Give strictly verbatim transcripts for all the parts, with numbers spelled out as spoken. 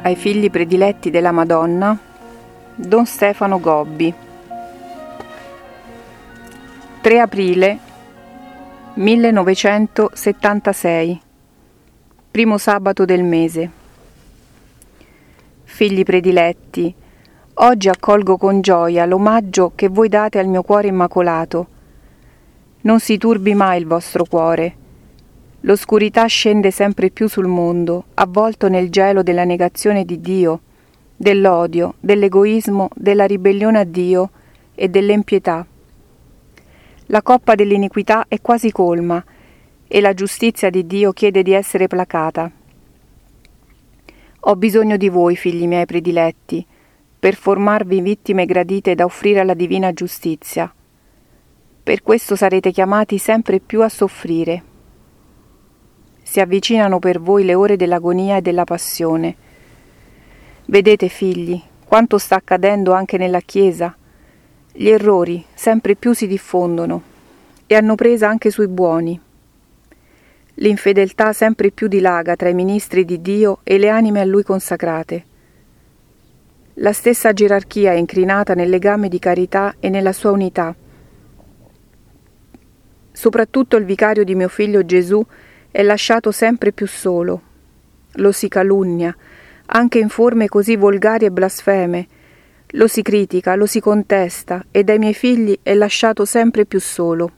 ai figli prediletti della Madonna, Don Stefano Gobbi. tre aprile millenovecentosettantasei, primo sabato del mese. Figli prediletti, oggi accolgo con gioia l'omaggio che voi date al mio cuore immacolato. Non si turbi mai il vostro cuore. L'oscurità scende sempre più sul mondo, avvolto nel gelo della negazione di Dio, dell'odio, dell'egoismo, della ribellione a Dio e dell'impietà. La coppa dell'iniquità è quasi colma e la giustizia di Dio chiede di essere placata. Ho bisogno di voi, figli miei prediletti, per formarvi vittime gradite da offrire alla divina giustizia. Per questo sarete chiamati sempre più a soffrire. Si avvicinano per voi le ore dell'agonia e della passione. Vedete, figli, quanto sta accadendo anche nella Chiesa. Gli errori sempre più si diffondono e hanno presa anche sui buoni. L'infedeltà sempre più dilaga tra i ministri di Dio e le anime a Lui consacrate. La stessa gerarchia è incrinata nel legame di carità e nella sua unità. Soprattutto il vicario di mio figlio Gesù è lasciato sempre più solo. Lo si calunnia, anche in forme così volgari e blasfeme. Lo si critica, lo si contesta e dai miei figli è lasciato sempre più solo.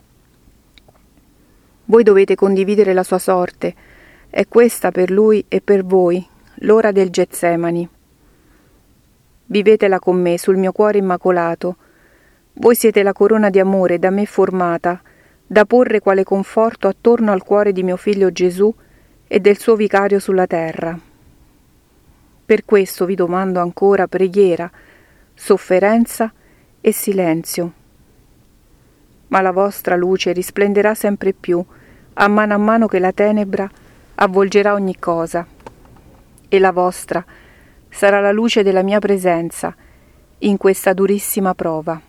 Voi dovete condividere la sua sorte. È questa per lui e per voi l'ora del Getsemani. Vivetela con me sul mio cuore immacolato. Voi siete la corona di amore da me formata, da porre quale conforto attorno al cuore di mio figlio Gesù e del suo vicario sulla terra. Per questo vi domando ancora preghiera, sofferenza e silenzio. Ma la vostra luce risplenderà sempre più, a mano a mano che la tenebra avvolgerà ogni cosa, e la vostra sarà la luce della mia presenza in questa durissima prova.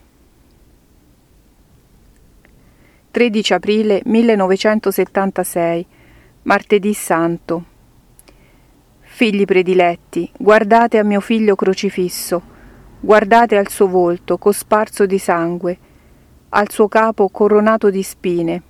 tredici aprile millenovecentosettantasei, martedì santo. Figli prediletti, guardate a mio figlio crocifisso, guardate al suo volto cosparso di sangue, al suo capo coronato di spine,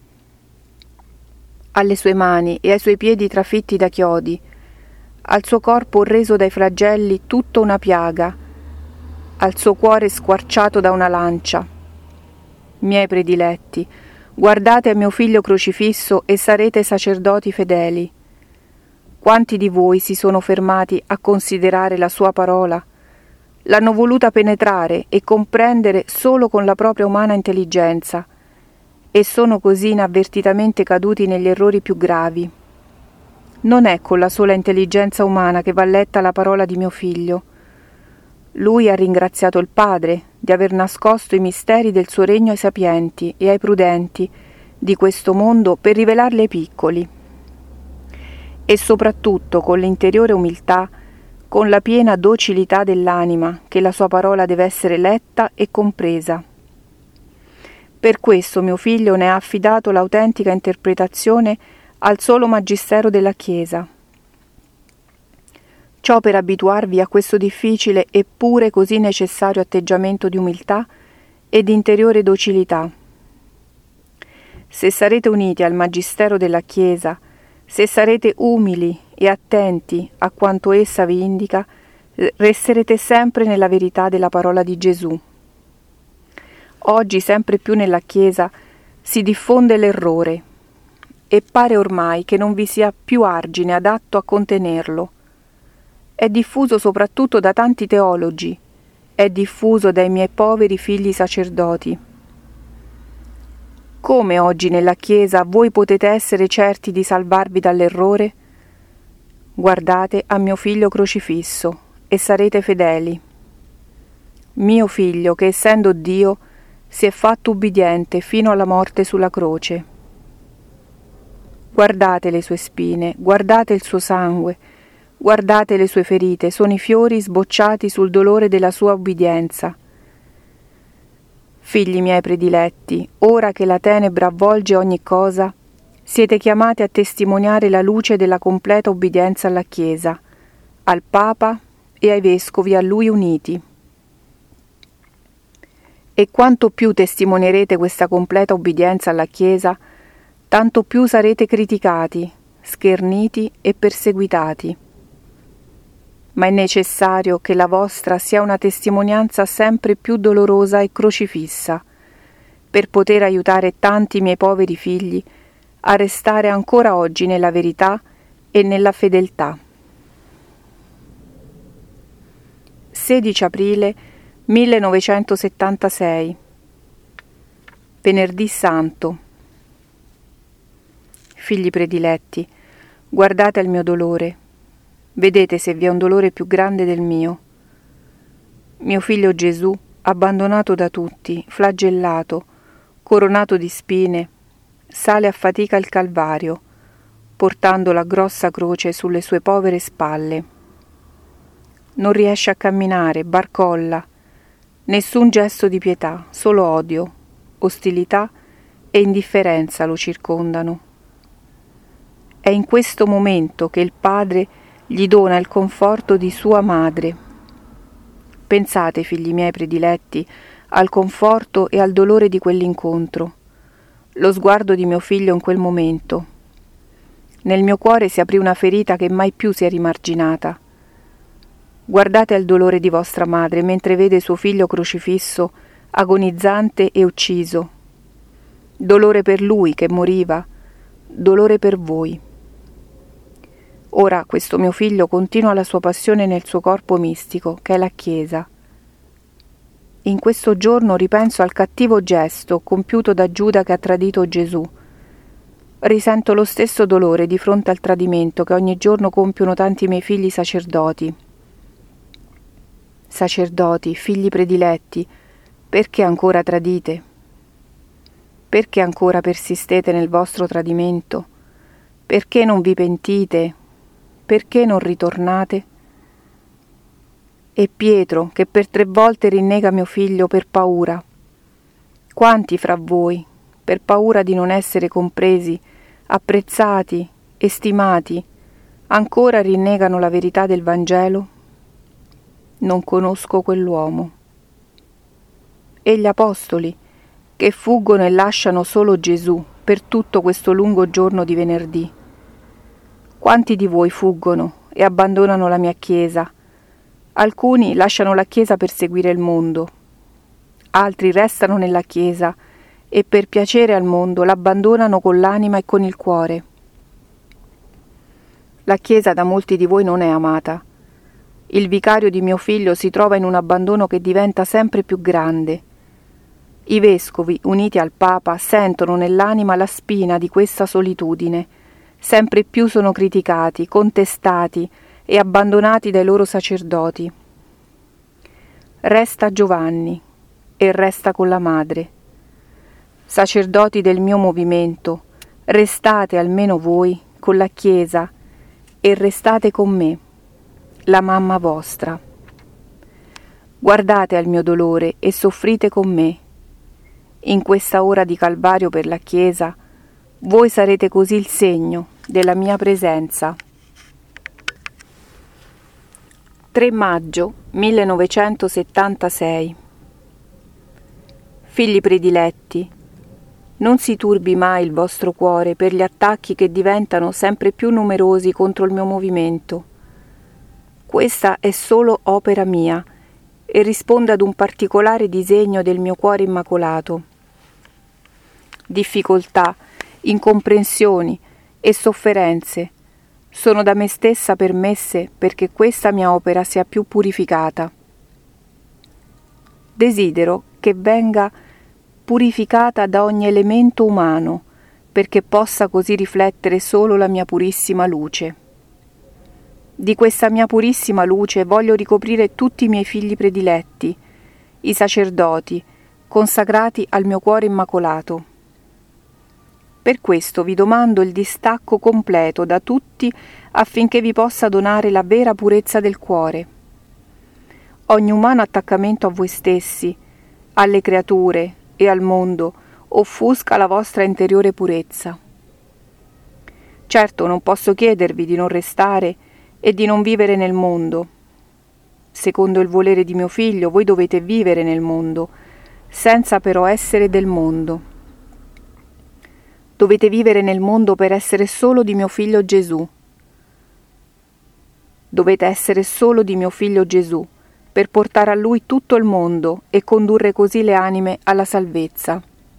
alle sue mani e ai suoi piedi trafitti da chiodi, al suo corpo reso dai flagelli tutto una piaga, al suo cuore squarciato da una lancia. Miei prediletti, guardate a mio figlio crocifisso e sarete sacerdoti fedeli. Quanti di voi si sono fermati a considerare la sua parola? L'hanno voluta penetrare e comprendere solo con la propria umana intelligenza e sono così inavvertitamente caduti negli errori più gravi. Non è con la sola intelligenza umana che va letta la parola di mio figlio. Lui ha ringraziato il Padre di aver nascosto i misteri del suo regno ai sapienti e ai prudenti di questo mondo per rivelarli ai piccoli. E soprattutto con l'interiore umiltà, con la piena docilità dell'anima, che la sua parola deve essere letta e compresa. Per questo mio figlio ne ha affidato l'autentica interpretazione al solo magistero della Chiesa. Ciò per abituarvi a questo difficile eppure così necessario atteggiamento di umiltà e di interiore docilità. Se sarete uniti al magistero della Chiesa, se sarete umili e attenti a quanto essa vi indica, resterete sempre nella verità della parola di Gesù. Oggi sempre più nella Chiesa si diffonde l'errore e pare ormai che non vi sia più argine adatto a contenerlo. È diffuso soprattutto da tanti teologi, è diffuso dai miei poveri figli sacerdoti. Come oggi nella Chiesa voi potete essere certi di salvarvi dall'errore? Guardate a mio figlio crocifisso e sarete fedeli. Mio figlio, che essendo Dio, si è fatto ubbidiente fino alla morte sulla croce. Guardate le sue spine, guardate il suo sangue, guardate le sue ferite, sono i fiori sbocciati sul dolore della sua ubbidienza. Figli miei prediletti, ora che la tenebra avvolge ogni cosa, siete chiamati a testimoniare la luce della completa ubbidienza alla Chiesa, al Papa e ai Vescovi a Lui uniti. E quanto più testimonierete questa completa obbedienza alla Chiesa, tanto più sarete criticati, scherniti e perseguitati. Ma è necessario che la vostra sia una testimonianza sempre più dolorosa e crocifissa, per poter aiutare tanti miei poveri figli a restare ancora oggi nella verità e nella fedeltà. sedici aprile millenovecentosettantasei. Venerdì Santo. Figli prediletti, guardate al mio dolore, vedete se vi è un dolore più grande del mio. Mio figlio Gesù, abbandonato da tutti, flagellato, coronato di spine, sale a fatica il Calvario, portando la grossa croce sulle sue povere spalle. Non riesce a camminare, barcolla, nessun gesto di pietà, solo odio, ostilità e indifferenza lo circondano. È in questo momento che il Padre gli dona il conforto di sua madre. Pensate, figli miei prediletti, al conforto e al dolore di quell'incontro, lo sguardo di mio figlio in quel momento. Nel mio cuore si aprì una ferita che mai più si è rimarginata. Guardate al dolore di vostra madre mentre vede suo figlio crocifisso, agonizzante e ucciso. Dolore per lui che moriva, dolore per voi. Ora questo mio figlio continua la sua passione nel suo corpo mistico, che è la Chiesa. In questo giorno ripenso al cattivo gesto compiuto da Giuda che ha tradito Gesù. Risento lo stesso dolore di fronte al tradimento che ogni giorno compiono tanti miei figli sacerdoti. Sacerdoti, figli prediletti, perché ancora tradite? Perché ancora persistete nel vostro tradimento? Perché non vi pentite? Perché non ritornate? E Pietro, che per tre volte rinnega mio figlio per paura. Quanti fra voi, per paura di non essere compresi, apprezzati e stimati, ancora rinnegano la verità del Vangelo? Non conosco quell'uomo. E gli apostoli, che fuggono e lasciano solo Gesù per tutto questo lungo giorno di venerdì. Quanti di voi fuggono e abbandonano la mia Chiesa? Alcuni lasciano la Chiesa per seguire il mondo, altri restano nella Chiesa e per piacere al mondo l'abbandonano con l'anima e con il cuore. La Chiesa da molti di voi non è amata. Il vicario di mio figlio si trova in un abbandono che diventa sempre più grande. I vescovi, uniti al Papa, sentono nell'anima la spina di questa solitudine. Sempre più sono criticati, contestati e abbandonati dai loro sacerdoti. Resta Giovanni e resta con la madre. Sacerdoti del mio movimento, restate almeno voi con la Chiesa e restate con me, la mamma vostra. Guardate al mio dolore e soffrite con me. In questa ora di Calvario per la Chiesa, voi sarete così il segno della mia presenza. tre maggio millenovecentosettantasei. Figli prediletti, non si turbi mai il vostro cuore per gli attacchi che diventano sempre più numerosi contro il mio movimento. Questa è solo opera mia e risponde ad un particolare disegno del mio cuore immacolato. Difficoltà, incomprensioni e sofferenze sono da me stessa permesse perché questa mia opera sia più purificata. Desidero che venga purificata da ogni elemento umano, perché possa così riflettere solo la mia purissima luce. Di questa mia purissima luce voglio ricoprire tutti i miei figli prediletti, i sacerdoti, consacrati al mio cuore immacolato. Per questo vi domando il distacco completo da tutti affinché vi possa donare la vera purezza del cuore. Ogni umano attaccamento a voi stessi, alle creature e al mondo offusca la vostra interiore purezza. Certo non posso chiedervi di non restare e di non vivere nel mondo. Secondo il volere di mio Figlio, voi dovete vivere nel mondo, senza però essere del mondo. Dovete vivere nel mondo per essere solo di mio Figlio Gesù. Dovete essere solo di mio Figlio Gesù, per portare a Lui tutto il mondo e condurre così le anime alla salvezza.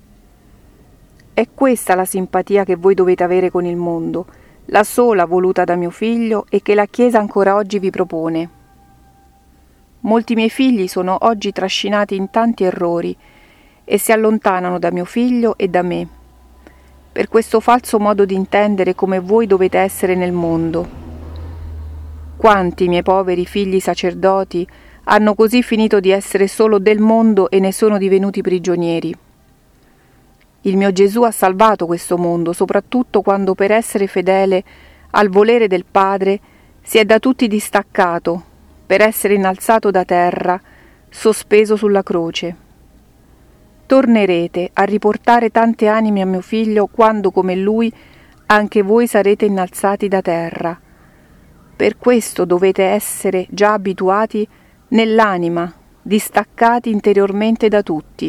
È questa la simpatia che voi dovete avere con il mondo, la sola voluta da mio Figlio e che la Chiesa ancora oggi vi propone. Molti miei figli sono oggi trascinati in tanti errori e si allontanano da mio Figlio e da me, per questo falso modo di intendere come voi dovete essere nel mondo. Quanti miei poveri figli sacerdoti hanno così finito di essere solo del mondo e ne sono divenuti prigionieri. Il mio Gesù ha salvato questo mondo, soprattutto quando per essere fedele al volere del Padre si è da tutti distaccato, per essere innalzato da terra, sospeso sulla croce. Tornerete a riportare tante anime a mio Figlio quando, come Lui, anche voi sarete innalzati da terra. Per questo dovete essere già abituati nell'anima, distaccati interiormente da tutti.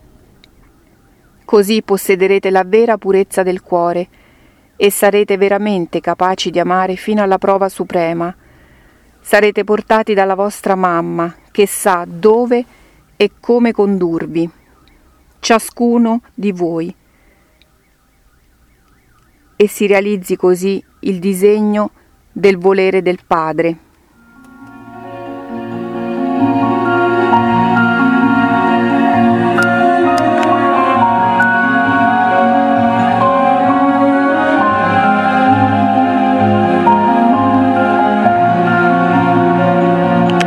Così possederete la vera purezza del cuore e sarete veramente capaci di amare fino alla prova suprema. Sarete portati dalla vostra mamma, che sa dove e come condurvi, ciascuno di voi, e si realizzi così il disegno del volere del Padre.